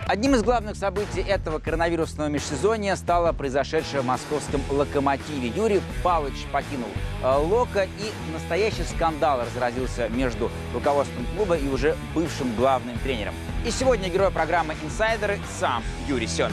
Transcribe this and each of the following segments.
Одним из главных событий этого коронавирусного межсезонья стало произошедшее в московском «Локомотиве». Юрий Павлович покинул «Локо», и настоящий скандал разразился между руководством клуба и уже бывшим главным тренером. И сегодня герой программы «Инсайдеры» сам Юрий Семин.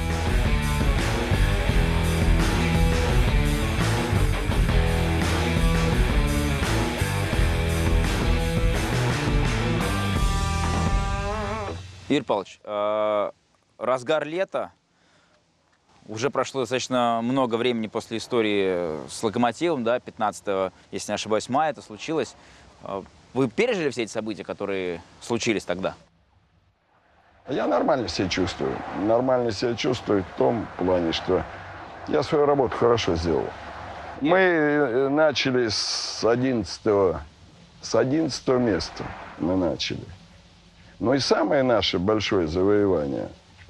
Юрий Павлович, разгар лета, уже прошло достаточно много времени после истории с «Локомотивом», да, 15, если не ошибаюсь, мая это случилось. Вы пережили все эти события, которые случились тогда? Я нормально себя чувствую. Нормально себя чувствую в том плане, что я свою работу хорошо сделал. Мы начали с 11 места. Мы начали. Но и самое наше большое завоевание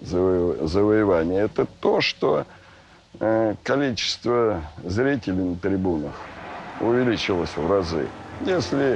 это то, что количество зрителей на трибунах увеличилось в разы. Если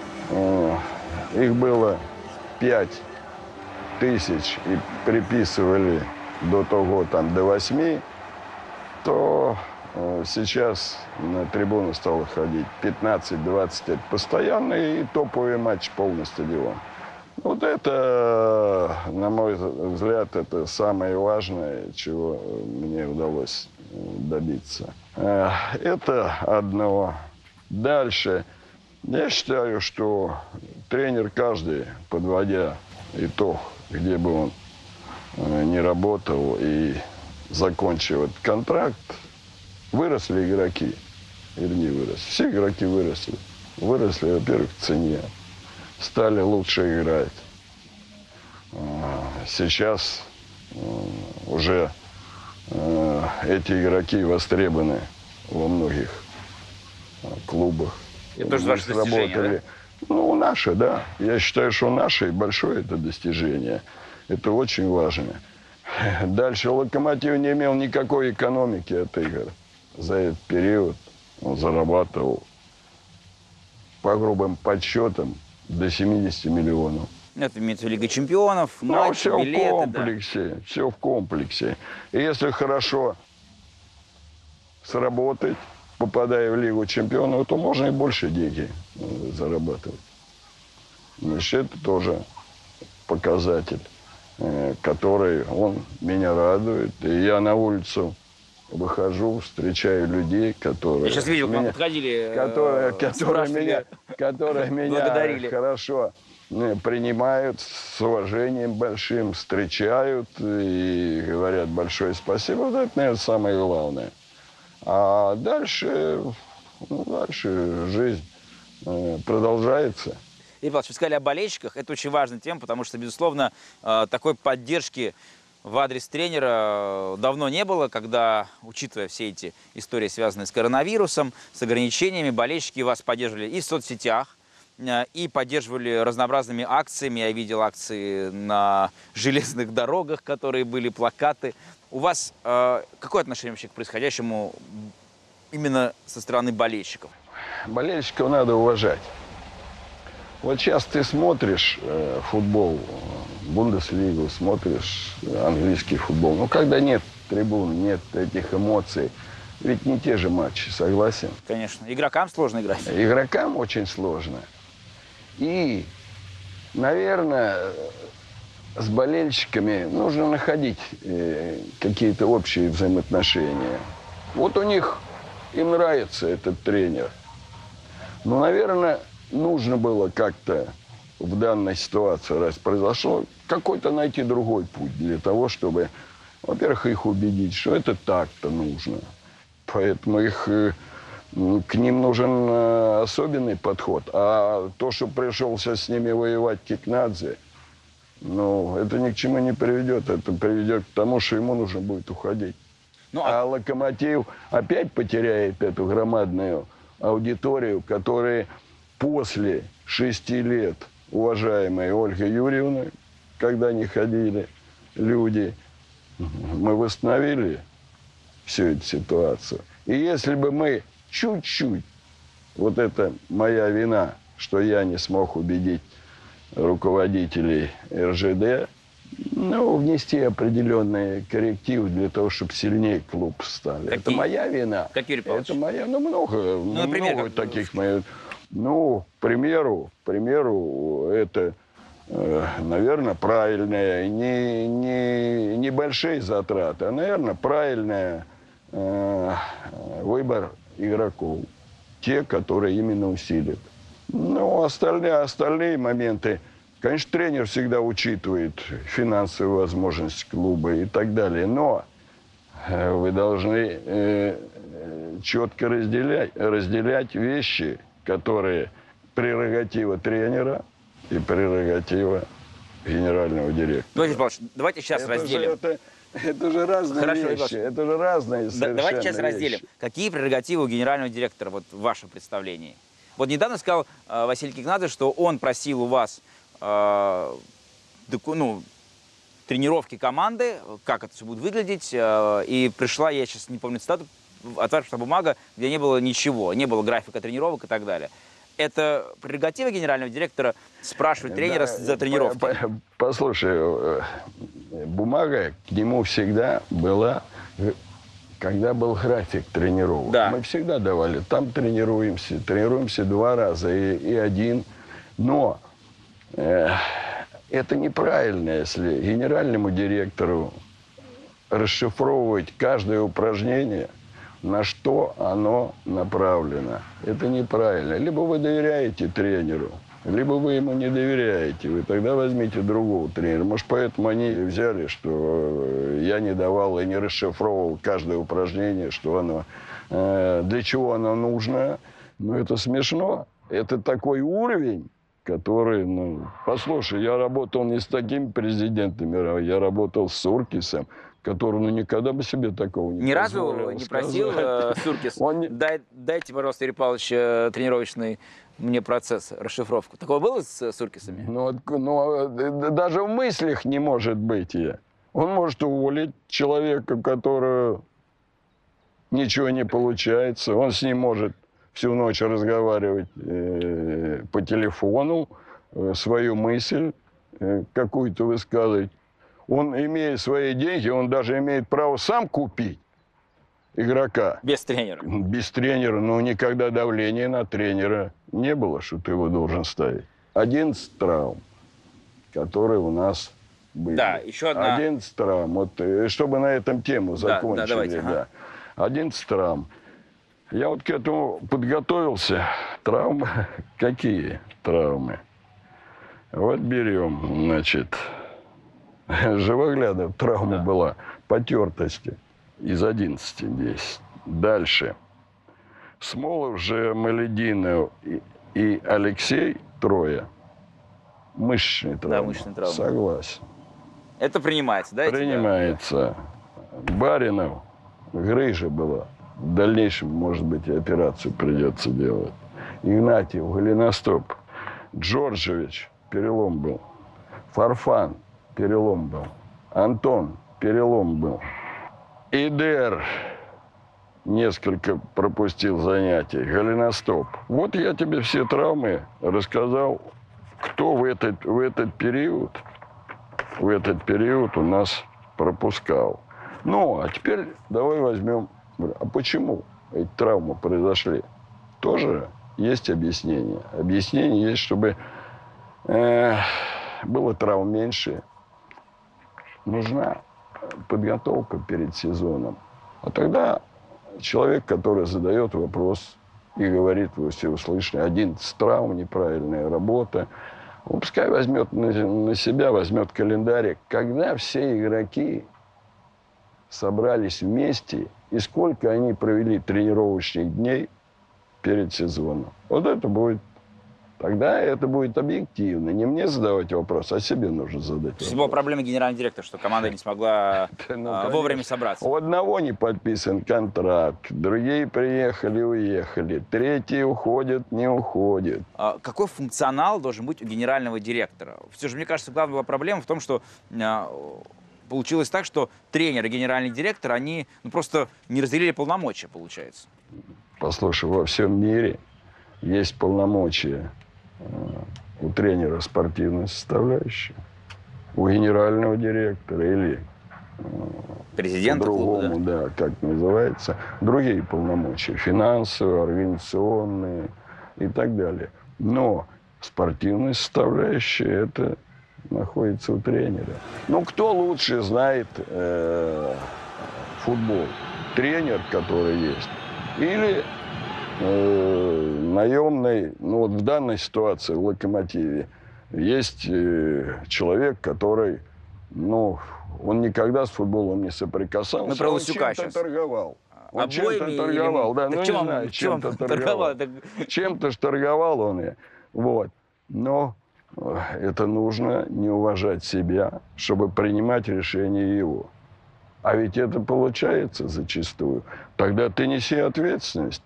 их было 5 тысяч и приписывали до того там, до 8, то сейчас на трибуну стало ходить 15-20. Это постоянно, и топовый матч полный стадион. Вот это, на мой взгляд, это самое важное, чего мне удалось добиться. Это одно. Дальше. Я считаю, что тренер каждый, подводя итог, где бы он ни работал и закончив этот контракт, выросли игроки. Вернее, выросли. Все игроки выросли. Выросли, во-первых, в цене. Стали лучше играть. Сейчас уже эти игроки востребованы во многих клубах. Это тоже ваше достижение, да? Ну, наше, да. Я считаю, что наше и большое это достижение. Это очень важно. Дальше «Локомотив» не имел никакой экономики от игр. За этот период он зарабатывал по грубым подсчетам до 70 миллионов. Это имеется в виду Лига чемпионов, матч, все билеты, в комплексе, да. Все в комплексе. И если хорошо сработать, попадая в Лигу чемпионов, то можно и больше денег зарабатывать. Значит, это тоже показатель, который меня радует. И я на улицу выхожу, встречаю людей, которые... Я сейчас видел, к вам подходили, которые меня хорошо принимают, с уважением большим, встречают и говорят большое спасибо. Вот это, наверное, самое главное. А дальше жизнь продолжается. Юрий Павлович, вы сказали о болельщиках. Это очень важная тема, потому что, безусловно, такой поддержки в адрес тренера давно не было, когда, учитывая все эти истории, связанные с коронавирусом, с ограничениями, болельщики вас поддерживали и в соцсетях, и поддерживали разнообразными акциями. Я видел акции на железных дорогах, которые были, плакаты. У вас какое отношение вообще к происходящему именно со стороны болельщиков? Болельщиков надо уважать. Вот сейчас ты смотришь футбол, Бундеслигу, смотришь английский футбол. Но когда нет трибун, нет этих эмоций, ведь не те же матчи, согласен? Конечно. Игрокам сложно играть. Игрокам очень сложно. И, наверное, с болельщиками нужно находить какие-то общие взаимоотношения. Вот у них, им нравится этот тренер. Но, наверное, нужно было как-то в данной ситуации, раз произошло, какой-то найти другой путь для того, чтобы, во-первых, их убедить, что это так-то нужно. Поэтому к ним нужен особенный подход. А то, что пришел сейчас с ними воевать Кикнадзе, это ни к чему не приведет. Это приведет к тому, что ему нужно будет уходить. А «Локомотив» опять потеряет эту громадную аудиторию, которая после 6 лет уважаемой Ольги Юрьевны, когда не ходили люди, мы восстановили всю эту ситуацию. И если бы мы чуть-чуть, вот это моя вина, что я не смог убедить руководителей РЖД, Ну, внести определенные коррективы для того, чтобы сильнее клуб стали. Какие? Это моя вина. Какие, Юрий Павлович? Это моя, ну, много, например, много таких моих. Ну, к примеру, это, наверное, правильные, небольшие затраты, а, наверное, правильный выбор игроков. Те, которые именно усилят. Ну, остальные моменты, конечно, тренер всегда учитывает финансовые возможности клуба и так далее, но вы должны четко разделять вещи, которые прерогатива тренера и прерогатива генерального директора. Давайте сейчас разделим. Это же разные вещи, это же разные совершенно Давайте сейчас разделим. вещи. Какие прерогативы у генерального директора, вот в вашем представлении? Вот недавно сказал Василий Кикнадзе, что он просил у вас тренировки команды, как это все будет выглядеть, и пришла, я сейчас не помню цитату, отваршая бумага, где не было ничего, не было графика тренировок и так далее. Это прерогатива генерального директора спрашивать тренера за тренировки? Послушай, бумага к нему всегда была, когда был график тренировок. Да. Мы всегда давали, там тренируемся 2 раза и 1. Но это неправильно, если генеральному директору расшифровывать каждое упражнение, на что оно направлено. Это неправильно. Либо вы доверяете тренеру, либо вы ему не доверяете. Вы тогда возьмите другого тренера. Может, поэтому они взяли, что я не давал и не расшифровывал каждое упражнение, что оно, для чего оно нужно. Но это смешно. Это такой уровень, который, послушай, я работал не с такими президентами, я работал с Суркисом, который, никогда бы себе такого не позволил. Ни разу не просил Суркис, дайте, пожалуйста, Юрий Павлович, тренировочный мне процесс, расшифровку. Такое было с Суркисами? Даже в мыслях не может быть. Он может уволить человека, которого ничего не получается. Он с ним может всю ночь разговаривать по телефону, свою мысль какую-то высказывать. Он, имея свои деньги, он даже имеет право сам купить игрока. Без тренера? Без тренера, но никогда давления на тренера не было, что ты его должен ставить. 11 травм, которые у нас были. Да, еще одна. 11 травм. Вот, чтобы на этом тему закончили. Да, давайте, ага. 11 травм. Я вот к этому подготовился. Травмы. Какие травмы? Вот берем, значит, Живоглядов травма была потертости из 11 10. Дальше. Смолов же, Малединов и Алексей трое. Мышечные травмы. Да, мышечные травмы. Согласен. Это принимается, да? Принимается. Баринов, грыжа была. В дальнейшем, может быть, и операцию придется делать. Игнатьев, голеностоп. Джорджевич, перелом был. Фарфан, перелом был. Антон, перелом был. Идер несколько пропустил занятий. Голеностоп. Вот я тебе все травмы рассказал, кто в этот период у нас пропускал. Ну, а теперь давай возьмем, а почему эти травмы произошли? Тоже есть объяснение. Объяснение есть, чтобы было травм меньше. Нужна подготовка перед сезоном. А тогда человек, который задает вопрос и говорит, вы все услышали, 11 травм, неправильная работа, он пускай возьмет на себя, возьмет календарик, когда все игроки собрались вместе и сколько они провели тренировочных дней перед сезоном. Вот это будет. Тогда это будет объективно. Не мне задавать вопрос, а себе нужно задать вопрос. То есть была проблема генерального директора, что команда не смогла вовремя собраться. У одного не подписан контракт, другие приехали, уехали, третьи уходят, не уходят. Какой функционал должен быть у генерального директора? Все же, мне кажется, главная была проблема в том, что получилось так, что тренер и генеральный директор, они просто не разделили полномочия, получается. Послушай, во всем мире есть полномочия у тренера спортивной составляющей. у генерального директора или президента клуба, по-другому, да, как называется, другие полномочия, финансовые, организационные и так далее. Но спортивная составляющая это находится у тренера. Ну, кто лучше знает футбол? Тренер, который есть, или наемный, ну вот в данной ситуации в «Локомотиве» есть человек, который, ну, он никогда с футболом не соприкасался. Мы про Лысюка чем-то торговал. Он Обоими чем-то торговал, или... да, Так ну чем не он- знаю, чем он чем-то торговал. Чем-то ж торговал он, вот. Но это нужно не уважать себя, чтобы принимать решение его. А ведь это получается зачастую. Тогда ты неси ответственность,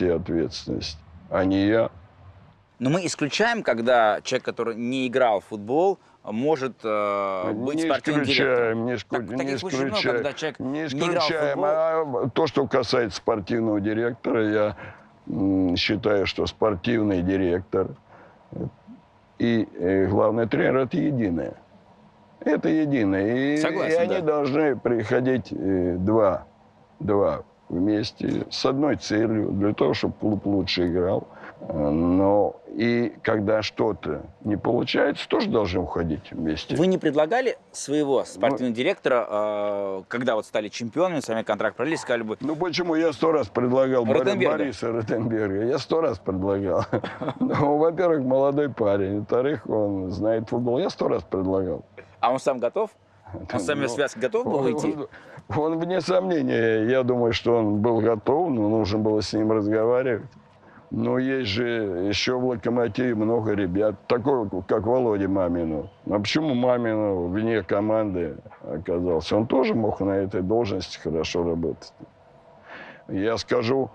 а не я. Но мы исключаем, когда человек, который не играл в футбол, может быть спортивным директором. Таких случаев много, когда человек не играл в футбол. А то, что касается спортивного директора, я считаю, что спортивный директор и главный тренер – это единое. Это единое. Согласен, и они да. должны приходить два вместе с одной целью, для того, чтобы клуб лучше играл. Но и когда что-то не получается, тоже должны уходить вместе. Вы не предлагали своего спортивного директора, когда вот стали чемпионами, с вами контракт продлили, сказали бы... Ну почему? Я 100 раз предлагал Бориса Ротенберга. Я 100 раз предлагал. Ну, во-первых, молодой парень. Во-вторых, он знает футбол. Я 100 раз предлагал. А он сам готов? Он сам в связке готов был идти? Он, вне сомнения, я думаю, что он был готов, но нужно было с ним разговаривать. Но есть же еще в «Локомотиве» много ребят, такой, как Володя Мамину. А почему Мамину вне команды оказался? Он тоже мог на этой должности хорошо работать. Я скажу,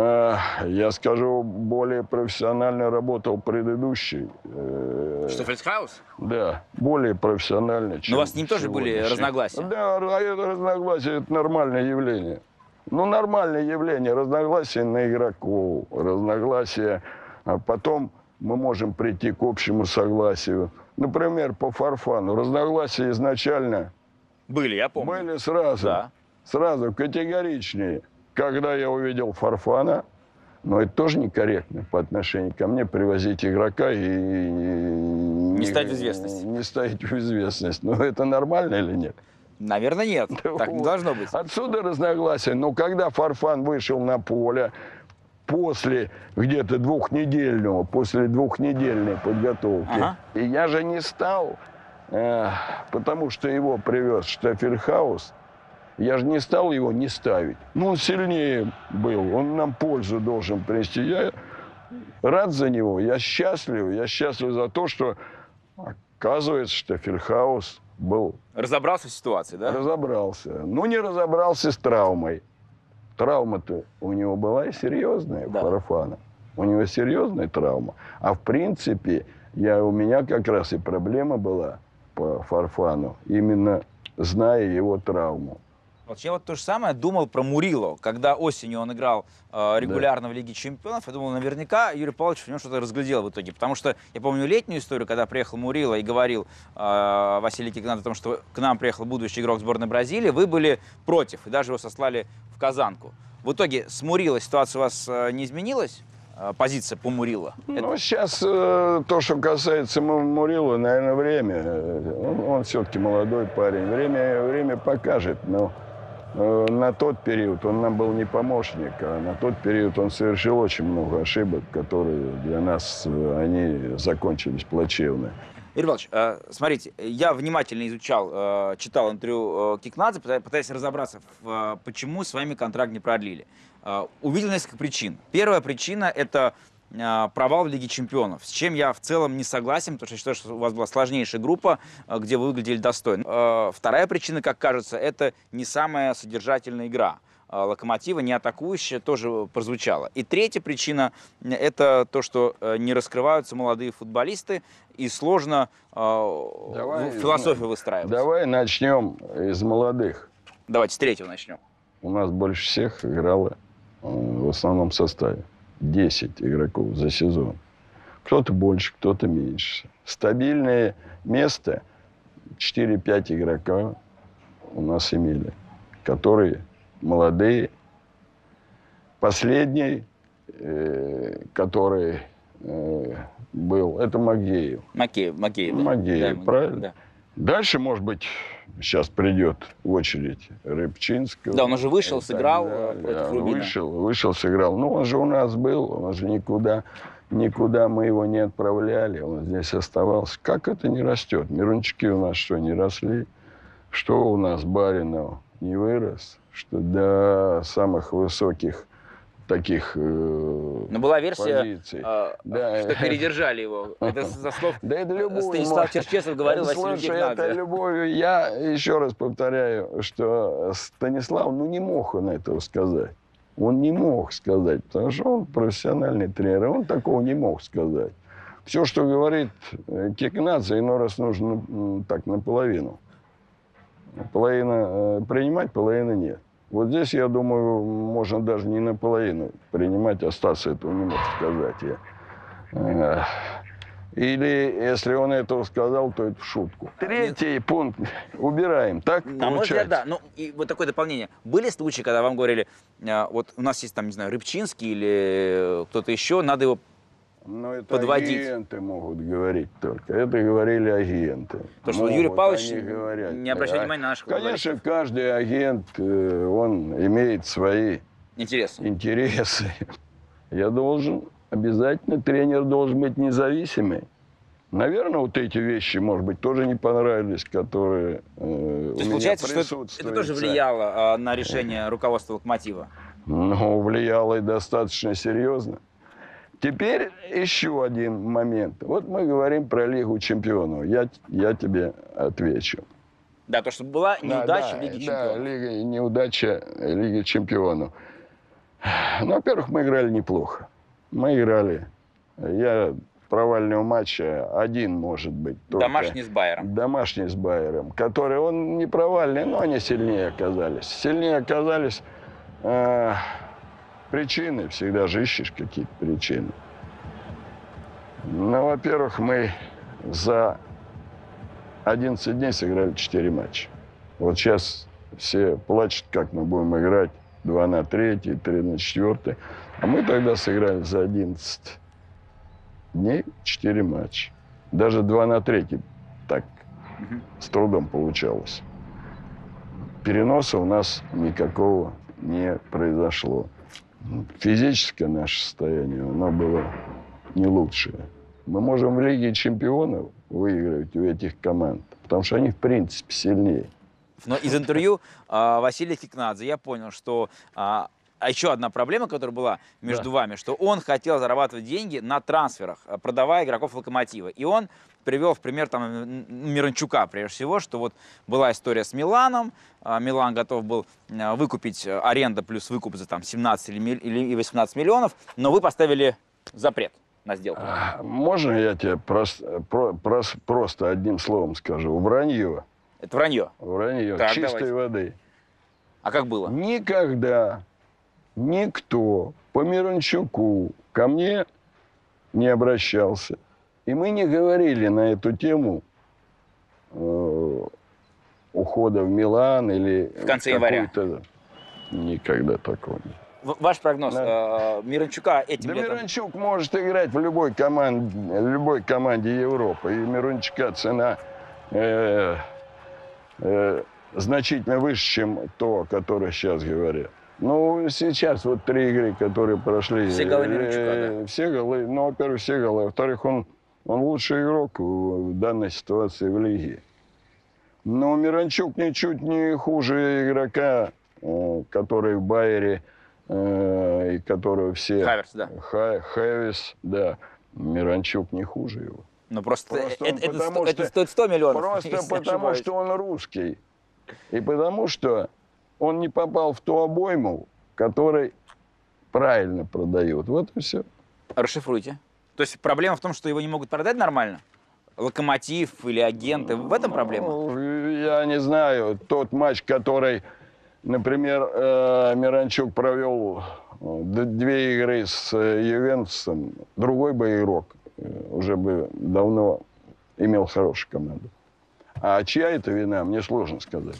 более профессионально работал предыдущий. Что, Фельдхаус? Да, более профессионально, чем Но у вас с ним тоже были разногласия? Да, это разногласия, это нормальное явление. Ну, нормальное явление, разногласия на игроков, разногласия, а потом мы можем прийти к общему согласию. Например, по Фарфану. Разногласия изначально Были, я помню. были сразу, Да. сразу категоричнее. Когда я увидел Фарфана, но это тоже некорректно по отношению ко мне, привозить игрока и не ставить в известность. Не ставить в известность. Но это нормально или нет? Наверное, нет. Так не должно быть. Отсюда разногласия. Но когда Фарфан вышел на поле, после где-то двухнедельной подготовки, и я же не стал, потому что его привез Штаффельхаус, я же не стал его не ставить. Ну, он сильнее был, он нам пользу должен принести. Я рад за него, я счастлив за то, что, оказывается, Штаффельхаус был... Разобрался в ситуации, да? Разобрался. Ну, не разобрался с травмой. Травма-то у него была и серьезная, да. Фарфана. У него серьезная травма. А в принципе, у меня как раз и проблема была по Фарфану, именно зная его травму. Я вот то же самое думал про Мурило. Когда осенью он играл регулярно в Лиге Чемпионов, я думал, наверняка Юрий Павлович в нем что-то разглядел в итоге. Потому что я помню летнюю историю, когда приехал Мурило и говорил Василий Кигнат о том, что к нам приехал будущий игрок сборной Бразилии, вы были против и даже его сослали в Казанку. В итоге с Мурило ситуация у вас не изменилась? Позиция по Мурило? Ну, сейчас то, что касается Мурило, наверное, время. Он все-таки молодой парень. Время покажет, но... На тот период он нам был не помощник, а на тот период он совершил очень много ошибок, которые для нас, они закончились плачевно. Юрий Павлович, смотрите, я внимательно изучал, читал интервью Кикнадзе, пытаясь разобраться, почему с вами контракт не продлили. Увидел несколько причин. Первая причина – это провал в Лиге Чемпионов, с чем я в целом не согласен, потому что я считаю, что у вас была сложнейшая группа, где вы выглядели достойно. Вторая причина, как кажется, это не самая содержательная игра Локомотива, не атакующая, тоже прозвучала. И третья причина – это то, что не раскрываются молодые футболисты и сложно философию выстраивать. Давай начнем из молодых. Давайте с третьего начнем. У нас больше всех играло в основном составе 10 игроков за сезон. Кто-то больше, кто-то меньше. Стабильное место 4-5 игрока у нас имели, которые молодые. Последний, который был, это Магеев. Макеев, да. Магеев, Да, правильно? да. Дальше, может быть, сейчас придет очередь Рыбчинского. Да, он уже вышел, сыграл далее. против Рубина. Вышел, сыграл. Ну, он же у нас был, он же никуда мы его не отправляли, он здесь оставался. Как это не растет? Мирончуки у нас что, не росли? Что у нас Баринов не вырос? Что до самых высоких таких Но была версия, позиций. Да. что передержали его. Это со слов Да это любовь. Станислав Черчесов говорил Василию Слушай, это Кикнадзе. любовью. Я еще раз повторяю, что Станислав, ну не мог он этого сказать. Он не мог сказать, потому что он профессиональный тренер, он такого не мог сказать. Все, что говорит Кикнадзе, иной раз нужно так наполовину. Половина принимать, половина нет. Вот здесь, я думаю, можно даже не наполовину принимать, а Стас этого не мог сказать. Или, если он этого сказал, то это в шутку. Третий пункт убираем, так На мой взгляд, да. Ну, и вот такое дополнение. Были случаи, когда вам говорили, вот у нас есть там, не знаю, Рыбчинский или кто-то еще, надо его Но это подводить. агенты могут говорить только. Это говорили агенты. То, что Юрий Павлович говорят. не обращает внимания на наших Конечно, каждый агент, он имеет свои интересы. Я должен, обязательно тренер должен быть независимый. Наверное, вот эти вещи, может быть, тоже не понравились, которые То есть, получается, что это тоже влияло на решение руководства «Локомотива»? Ну, влияло и достаточно серьезно. Теперь еще один момент. Вот мы говорим про Лигу чемпионов. Я тебе отвечу. Да, то, что была неудача в Лиге чемпионов. Да, неудача Лиги чемпионов. Ну, во-первых, мы играли неплохо. Мы играли. Провального матча один, может быть. Домашний с Байером. Домашний с Байером. Который, он не провальный, но они сильнее оказались. Сильнее оказались... Причины, всегда же ищешь какие-то причины. Ну, во-первых, мы за 11 дней сыграли 4 матча. Вот сейчас все плачут, как мы будем играть 2 на 3, 3 на 4. А мы тогда сыграли за 11 дней 4 матча. Даже 2 на 3 так с трудом получалось. Переноса у нас никакого не произошло. Физическое наше состояние, оно было не лучшее. Мы можем в Лиге чемпионов выигрывать у этих команд, потому что они, в принципе, сильнее. Но из интервью Василия Кикнадзе я понял, что еще одна проблема, которая была между вами, что он хотел зарабатывать деньги на трансферах, продавая игроков «Локомотива». И он привел в пример там Мирончука, прежде всего, что вот была история с Миланом. Милан готов был выкупить аренда плюс выкуп за там 17 или 18 миллионов, но вы поставили запрет на сделку. Можно я тебе просто одним словом скажу? Вранье. Это вранье? Вранье. Так, чистой давайте. воды. А как было? Никогда никто по Мирончуку ко мне не обращался. И мы не говорили на эту тему ухода в Милан или... В конце января. Никогда такого нет. Ваш прогноз, Мирончука этим летом... Мирончук может играть в любой команде Европы. И Мирончука цена значительно выше, чем то, о которой сейчас говорят. Ну, сейчас вот 3 игры, которые прошли... Все голы Мирончука, да? Все голы. Ну, во-первых, все голы. Во-вторых, он лучший игрок в данной ситуации в лиге. Но Мирончук ничуть не хуже игрока, который в Байере, и которого все... Хаверс, да. Хэвис, да. Мирончук не хуже его. Ну, просто это стоит 100 миллионов. Просто потому, что он русский. И потому, что он не попал в ту обойму, который правильно продает. Вот и все. Расшифруйте. То есть проблема в том, что его не могут продать нормально? Локомотив или агенты? В этом проблема? Я не знаю. Тот матч, который, например, Мирончук провел 2 игры с Ювентусом, другой бы игрок уже бы давно имел хорошую команду. А чья это вина, мне сложно сказать.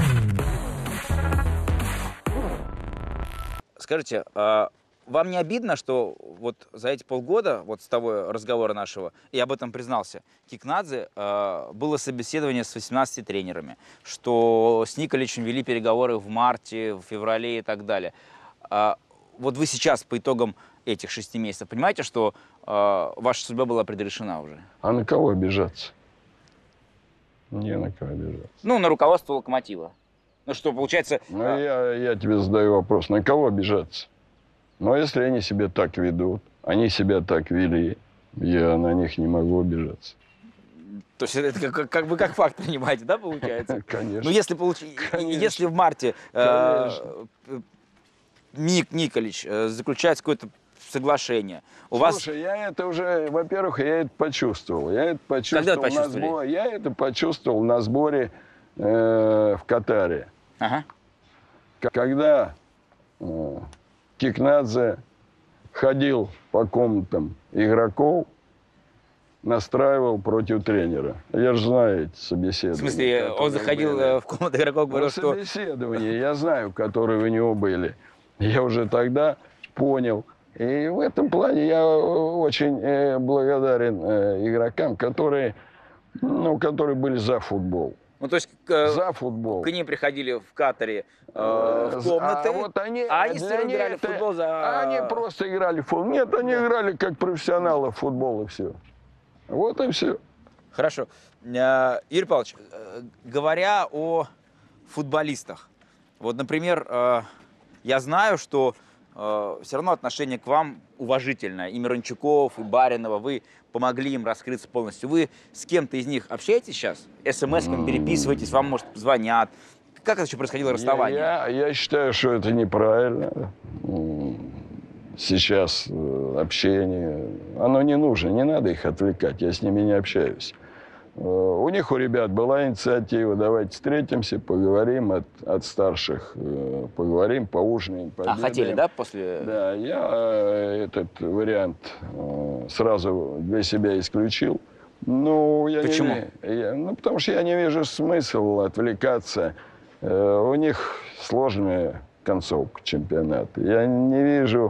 Скажите, вам не обидно, что вот за эти полгода, вот с того разговора нашего, я об этом признался, Кикнадзе, было собеседование с 18 тренерами, что с Николичем вели переговоры в марте, в феврале и так далее. Вот вы сейчас по итогам этих 6 месяцев понимаете, что ваша судьба была предрешена уже? А на кого обижаться? Не на кого обижаться. Ну, на руководство «Локомотива». Ну что, получается... Ну, я тебе задаю вопрос, на кого обижаться? Но если они себя так ведут, они себя так вели, я на них не могу обижаться. То есть это как бы как факт принимаете, да, получается? Конечно. Ну, если в марте Николич заключает какое-то соглашение, Слушай, я это уже, во-первых, я это почувствовал. Я это почувствовал, на сборе в Катаре. Ага. Когда Кикнадзе ходил по комнатам игроков, настраивал против тренера. Я же знаю эти собеседования. В смысле, он заходил в комнату игроков, говорил, что... Собеседования, я знаю, которые у него были. Я уже тогда понял. И в этом плане я очень благодарен игрокам, которые были за футбол. Ну, то есть за футбол. К ним приходили в Катаре в комнаты, они играли в футбол за... Они просто играли в футбол. Нет, они играли как профессионалы в футбол, и все. Вот и все. Хорошо. Юрий Павлович, говоря о футболистах, вот, например, я знаю, что все равно отношение к вам уважительное. И Миранчуков, и Баринова, вы помогли им раскрыться полностью. Вы с кем-то из них общаетесь сейчас? СМС-ками переписываетесь, вам, может, звонят? Как это еще происходило расставание? Я считаю, что это неправильно. Сейчас общение, оно не нужно, не надо их отвлекать, я с ними не общаюсь. У них, у ребят, была инициатива, давайте встретимся, поговорим от старших, поговорим, поужинаем, пообедаем. Хотели, да, после? Да, я этот вариант сразу для себя исключил. Ну, Почему? Потому что я не вижу смысла отвлекаться. У них сложная концовка чемпионата. Я не вижу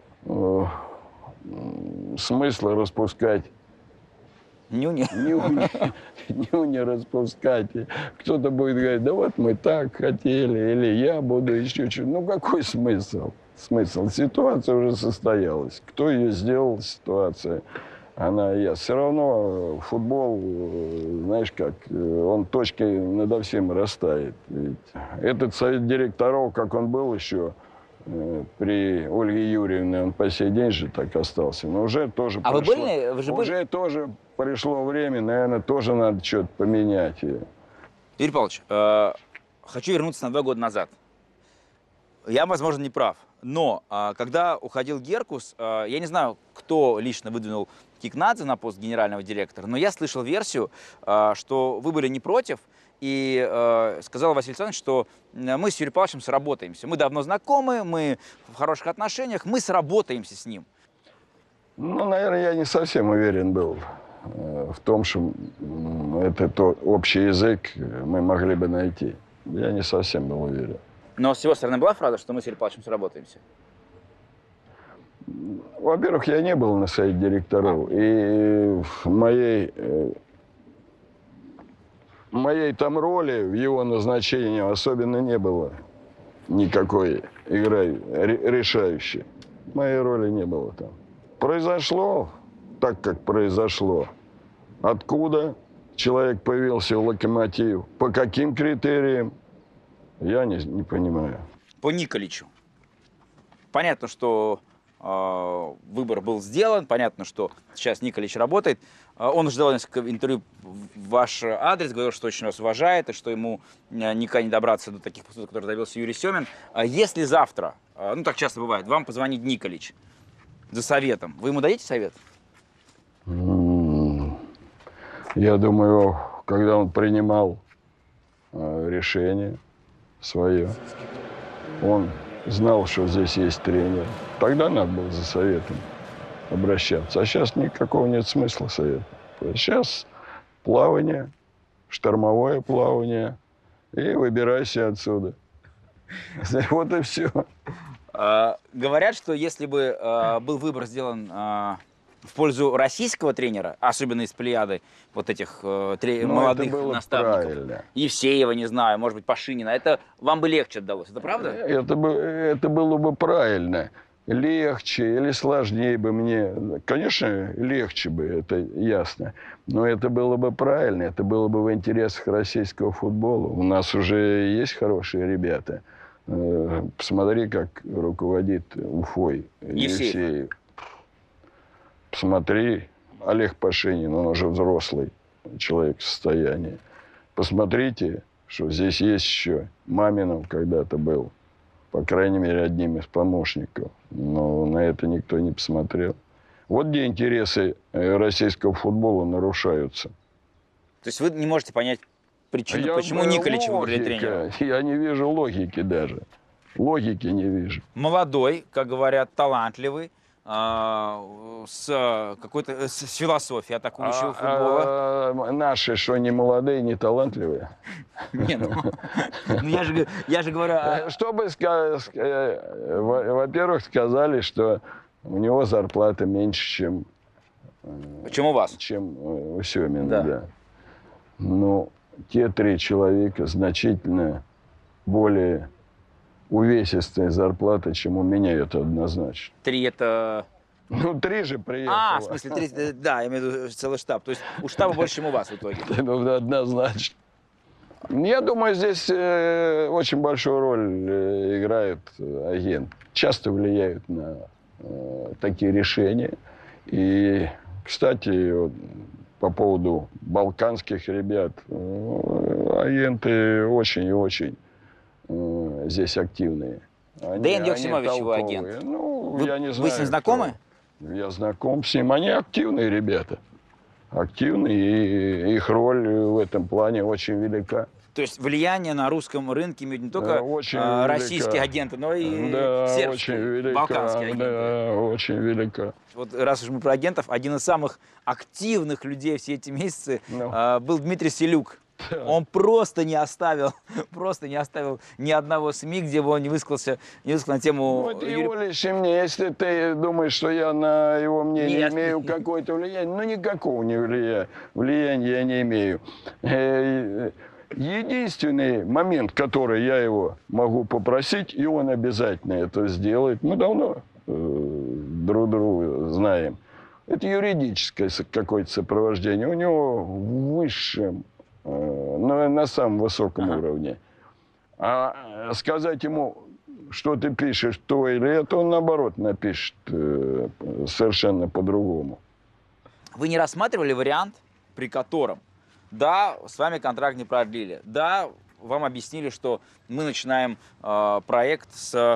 смысла распускать. Нюни распускать. Кто-то будет говорить, да вот мы так хотели, или я буду еще чуть. Ну какой смысл? Ситуация уже состоялась. Кто ее сделал, ситуация, она есть. Все равно футбол, знаешь как, он точкой надо всем растает. Ведь этот совет директоров, как он был еще при Ольге Юрьевне, он по сей день же так остался. Но уже тоже уже тоже пришло время, наверное, тоже надо что-то поменять. Юрий Павлович, хочу вернуться на 2 года назад. Я, возможно, не прав, но когда уходил Геркус, я не знаю, кто лично выдвинул Кикнадзе на пост генерального директора, но я слышал версию, что вы были не против, и сказал Василий Александрович, что мы с Юрием Павловичем сработаемся. Мы давно знакомы, мы в хороших отношениях, мы сработаемся с ним. Ну, наверное, я не совсем уверен был в том, что это тот общий язык мы могли бы найти. Я не совсем был уверен. Но с его стороны была фраза, что мы с Юрием Павловичем сработаемся? Во-первых, я не был на совете директоров, и в моей там роли в его назначении особенно не было никакой игры решающей. Моей роли не было там. Произошло так, как произошло. Откуда человек появился в «Локомотив, по каким критериям, я не понимаю. По Николичу. Понятно, что выбор был сделан, понятно, что сейчас Николич работает. Он уже давал несколько интервью в ваш адрес, говорил, что очень вас уважает, и что ему никогда не добраться до таких высот, которые добился Юрий Семин. Если завтра, ну так часто бывает, вам позвонит Николич за советом, вы ему дадите совет? Я думаю, когда он принимал решение свое, он знал, что здесь есть тренер. Тогда надо было за советом обращаться. А сейчас никакого нет смысла совета. Сейчас плавание, штормовое плавание и выбирайся отсюда. Вот и все. Говорят, что если бы был выбор сделан в пользу российского тренера, особенно из плеяды вот этих молодых наставников, правильно. Евсеева, не знаю, может быть, Пашинина, это вам бы легче отдалось, это правда? Это было бы правильно. Легче или сложнее бы мне. Конечно, легче бы, это ясно. Но это было бы правильно, это было бы в интересах российского футбола. У нас уже есть хорошие ребята. Посмотри, как руководит Уфой Евсеев. Посмотри, Олег Пашинин, он уже взрослый человек в состоянии. Посмотрите, что здесь есть еще. Маминов когда-то был, по крайней мере, одним из помощников. Но на это никто не посмотрел. Вот где интересы российского футбола нарушаются. То есть вы не можете понять причину, почему Николича выбрали тренера? Я не вижу логики даже. Логики не вижу. Молодой, как говорят, талантливый, с философией атакующего футбола. Наши что, не молодые, не талантливые? Не, ну я же говорю... Чтобы, во-первых, сказали, что у него зарплата меньше, чем... Чем у вас? Чем у Семина, да. Но те 3 человека значительно более увесистая зарплата, чем у меня, это однозначно. 3 это... Ну, 3 же приехало. В смысле, 3, да, я имею в виду целый штаб. То есть у штаба больше, чем у вас в итоге. Ну, однозначно. Я думаю, здесь очень большую роль играет агент. Часто влияют на такие решения. И, кстати, вот, по поводу балканских ребят, агенты очень и очень здесь активные. Дэн Йоксимович его агент. Ну, я не знаю. Вы с ним знакомы? Я знаком с ним. Они активные ребята. Активные, и их роль в этом плане очень велика. То есть влияние на русском рынке имеют не только российские агенты, но и сербские, балканские агенты. Да, очень велика. Вот раз уж мы про агентов, один из самых активных людей все эти месяцы был Дмитрий Селюк. Он просто не оставил ни одного СМИ, где бы он не высказался на тему... Вот его лично мне, если ты думаешь, что я на его мнение имею какое-то влияние, ну никакого влияния я не имею. Единственный момент, который я его могу попросить, и он обязательно это сделает, мы давно друг друга знаем, это юридическое какое-то сопровождение. У него в высшем, на самом высоком уровне. А сказать ему, что ты пишешь, то или это, он наоборот напишет совершенно по-другому. Вы не рассматривали вариант, при котором, да, с вами контракт не продлили, да, вам объяснили, что мы начинаем проект с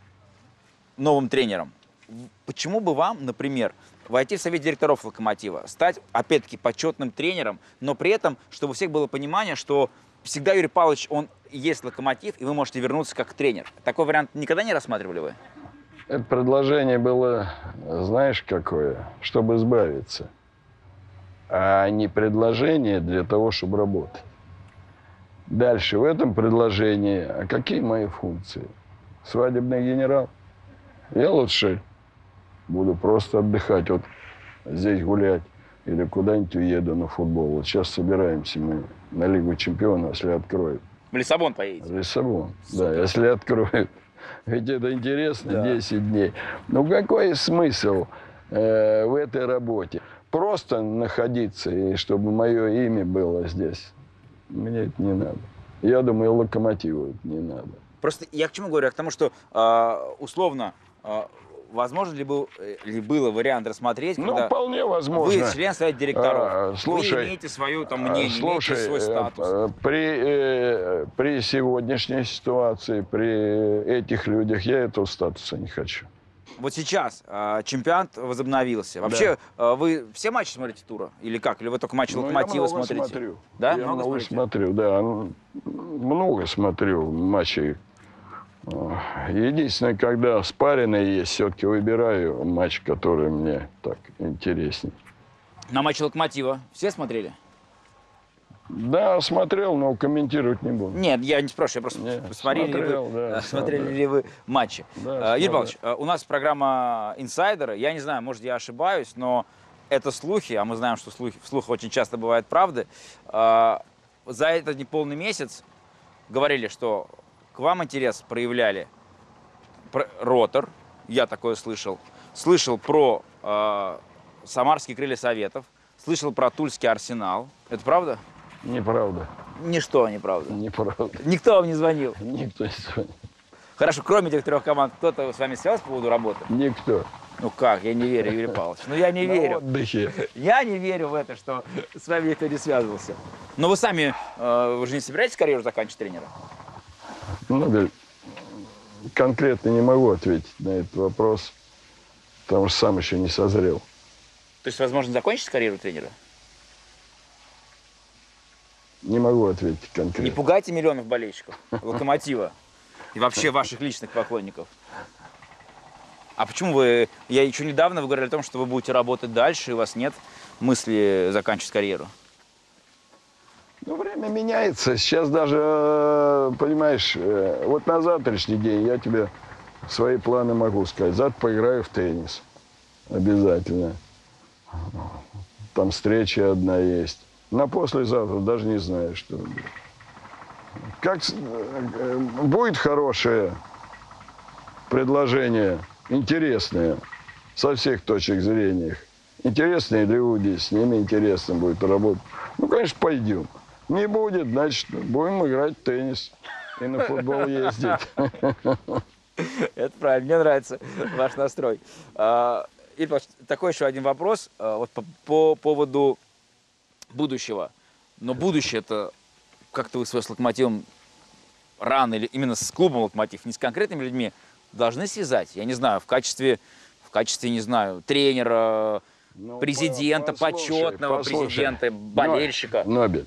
новым тренером. Почему бы вам, например, войти в совет директоров «Локомотива», стать, опять-таки, почетным тренером, но при этом, чтобы у всех было понимание, что всегда Юрий Павлович, он есть «Локомотив», и вы можете вернуться как тренер. Такой вариант никогда не рассматривали вы? Это предложение было, знаешь, какое? Чтобы избавиться. А не предложение для того, чтобы работать. Дальше в этом предложении, а какие мои функции? Свадебный генерал? Я лучше буду просто отдыхать, вот здесь гулять или куда-нибудь уеду на футбол. Вот сейчас собираемся мы на Лигу Чемпионов, если откроют. В Лиссабон поедете? В Лиссабон, да, если откроют. Ведь это интересно, да. 10 дней. Ну какой смысл в этой работе? Просто находиться, и чтобы мое имя было здесь. Мне это не надо. Я думаю, Локомотиву это не надо. Просто я к чему говорю? Я к тому, что условно... Возможно ли было вариант рассмотреть, когда вполне возможно. Вы член совета директоров, слушай, вы имеете свое там мнение, имеете свой статус? При сегодняшней ситуации, при этих людях я этого статуса не хочу. Вот сейчас чемпионат возобновился. Вообще, вы все матчи смотрите тура? Или как? Или вы только матчи Локомотива смотрите? Я смотрю. Да? Я много смотрю, да. Много смотрю матчей. Единственное, когда спаренные есть, все-таки выбираю матч, который мне так интересней. На матче Локомотива все смотрели? Да, смотрел, но комментировать не буду. Нет, я не спрашиваю, я просто Нет, смотрели, смотрел, ли вы, да, смотрели смотрел. ли вы матчи. Да, Юрий смотрел. Павлович, у нас программа «Инсайдеры». Я не знаю, может, я ошибаюсь, но это слухи, а мы знаем, что в слухах очень часто бывают правды. За этот неполный месяц говорили, что к вам интерес проявляли Ротор, я такое слышал. Слышал про Самарские крылья Советов, слышал про Тульский Арсенал. Это правда? Неправда. Ничто неправда. Неправда. Никто вам не звонил. Никто не звонит. Хорошо, кроме этих трех команд, кто-то с вами связался по поводу работы? Никто. Ну как, я не верю, Юрий Павлович. Ну я не На верю. отдыхе. Я не верю в это, что с вами никто не связывался. Но вы сами, вы же не собираетесь карьеру заканчивать тренера? Ну, конкретно не могу ответить на этот вопрос, потому что сам еще не созрел. То есть, возможно, закончить карьеру тренера? Не могу ответить конкретно. Не пугайте миллионов болельщиков Локомотива и вообще ваших личных поклонников. А почему вы... Я еще недавно вы говорили о том, что вы будете работать дальше, и у вас нет мысли заканчивать карьеру. Ну, время меняется. Сейчас даже, понимаешь, вот на завтрашний день я тебе свои планы могу сказать. Завтра поиграю в теннис. Обязательно. Там встреча одна есть. На послезавтра даже не знаю, что будет. Как будет хорошее предложение, интересное, со всех точек зрения. Интересные люди, с ними интересно будет работать. Ну, конечно, пойдем. Не будет, значит, будем играть в теннис и на футбол ездить. Это правильно, мне нравится ваш настрой. Юрий Павлович, такой еще один вопрос вот по поводу будущего. Но будущее-то как-то вы с Локомотивом рано или именно с клубом Локомотив, не с конкретными людьми, должны связать. Я не знаю, в качестве не знаю, тренера, Ну, президента, почетного президента, болельщика. Нобель.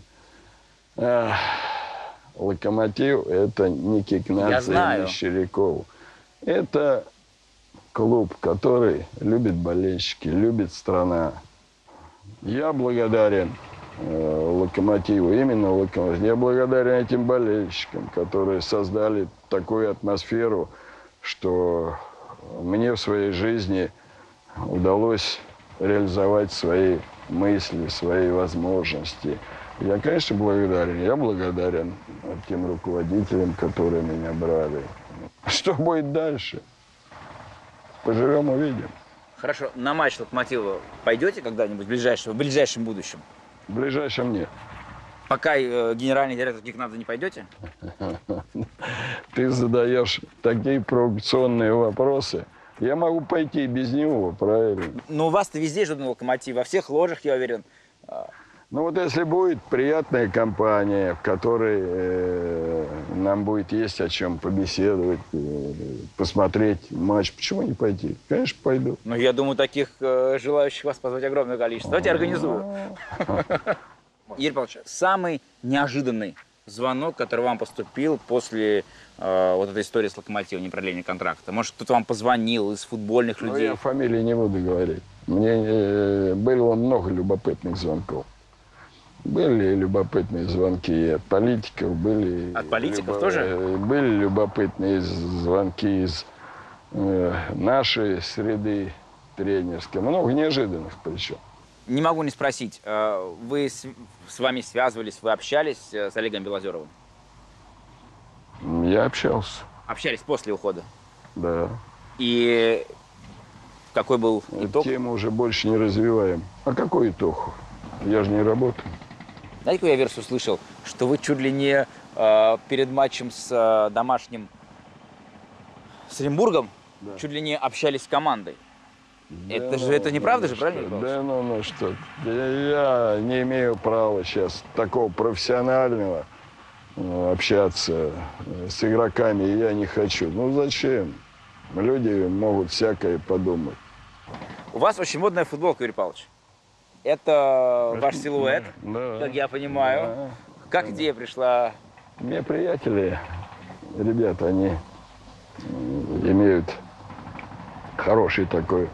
Локомотив – это не Кикнадзе, не Мещеряков. Это клуб, который любит болельщики, любит страна. Я благодарен Локомотиву, именно Локомотиву. Я благодарен этим болельщикам, которые создали такую атмосферу, что мне в своей жизни удалось реализовать свои мысли, свои возможности. Я, конечно, благодарен. Я благодарен тем руководителям, которые меня брали. Что будет дальше? Поживем, увидим. Хорошо, на матч Локомотива пойдете когда-нибудь в ближайшем будущем? В ближайшем нет. Пока генеральный директор Кикнадзе не пойдете? Ты задаешь такие провокационные вопросы. Я могу пойти без него, правильно? Ну, у вас-то везде же Локомотив, во всех ложах, я уверен. Ну вот если будет приятная компания, в которой нам будет есть о чем побеседовать, посмотреть матч, почему не пойти? Конечно, пойду. Ну, я думаю, таких желающих вас позвать огромное количество. Давайте организую. Юрий Павлович, самый неожиданный звонок, который вам поступил после вот этой истории с Локомотивом, непродления контракта? Может, кто-то вам позвонил из футбольных Но людей? я фамилии не буду говорить. Мне было много любопытных звонков. Были любопытные звонки и от политиков, были... От политиков тоже? Были любопытные звонки из нашей среды тренерской. Много неожиданных причем. Не могу не спросить, вы с вами связывались, вы общались с Олегом Белозеровым? Я общался. Общались после ухода? Да. И какой был итог? Тему уже больше не развиваем. А какой итог? Я же не работаю. Знаете, какую я версию слышал? Что вы чуть ли не перед матчем с домашним с Оренбургом чуть ли не общались с командой. Да, Это неправда же, правильно? Да ну что. Я не имею права сейчас такого профессионального общаться с игроками, и я не хочу. Ну зачем? Люди могут всякое подумать. У вас очень модная футболка, Юрий Павлович. Это ваш силуэт, да, как я понимаю. Да. Как идея пришла? Мне приятели, ребята, они имеют хороший такой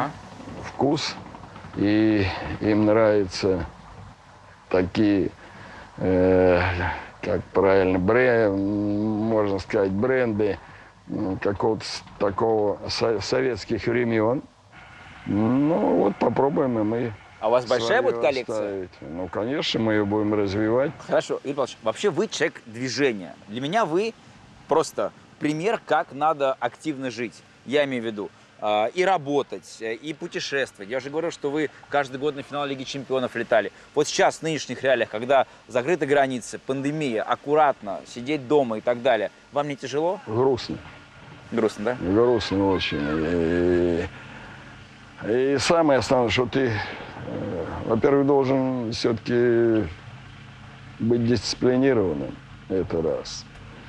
вкус, и им нравятся такие как правильно, можно сказать, бренды какого-то такого советских времен. Ну, вот попробуем и мы. А у вас большая будет коллекция? Оставить. Ну, конечно, мы ее будем развивать. Хорошо, Юрий Павлович, вообще вы человек движения. Для меня вы просто пример, как надо активно жить. Я имею в виду и работать, и путешествовать. Я уже говорил, что вы каждый год на финал Лиги Чемпионов летали. Вот сейчас, в нынешних реалиях, когда закрыты границы, пандемия, аккуратно, сидеть дома и так далее, вам не тяжело? Грустно. Грустно, да? Грустно очень. И самое основное, что ты, во-первых, должен все-таки быть дисциплинированным. Это раз.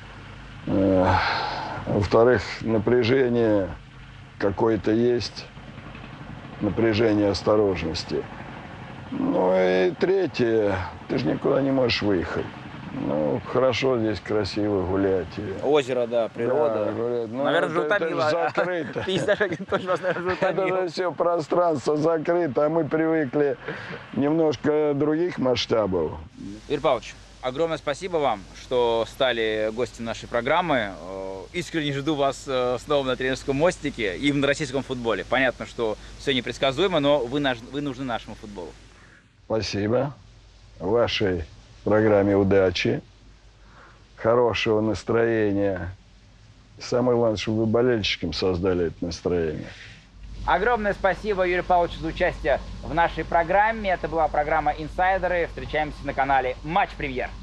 Во-вторых, напряжение какое-то есть, напряжение осторожности. Ну и третье, ты же никуда не можешь выехать. Ну, хорошо здесь красиво гулять. Озеро, да, природа. Да, гулять. Ну, наверное, же это утомило. ж закрыто. Пейзаж тоже вас, наверное, Это утомило. же все пространство закрыто, а мы привыкли немножко других масштабов. Юрий Павлович, огромное спасибо вам, что стали гостем нашей программы. Искренне жду вас снова на тренерском мостике и в российском футболе. Понятно, что все непредсказуемо, но вы нужны нашему футболу. Спасибо. Вашей программе удачи, хорошего настроения. Самое главное, чтобы вы болельщикам создали это настроение. Огромное спасибо Юрию Павловичу за участие в нашей программе. Это была программа «Инсайдеры». Встречаемся на канале Матч Премьер.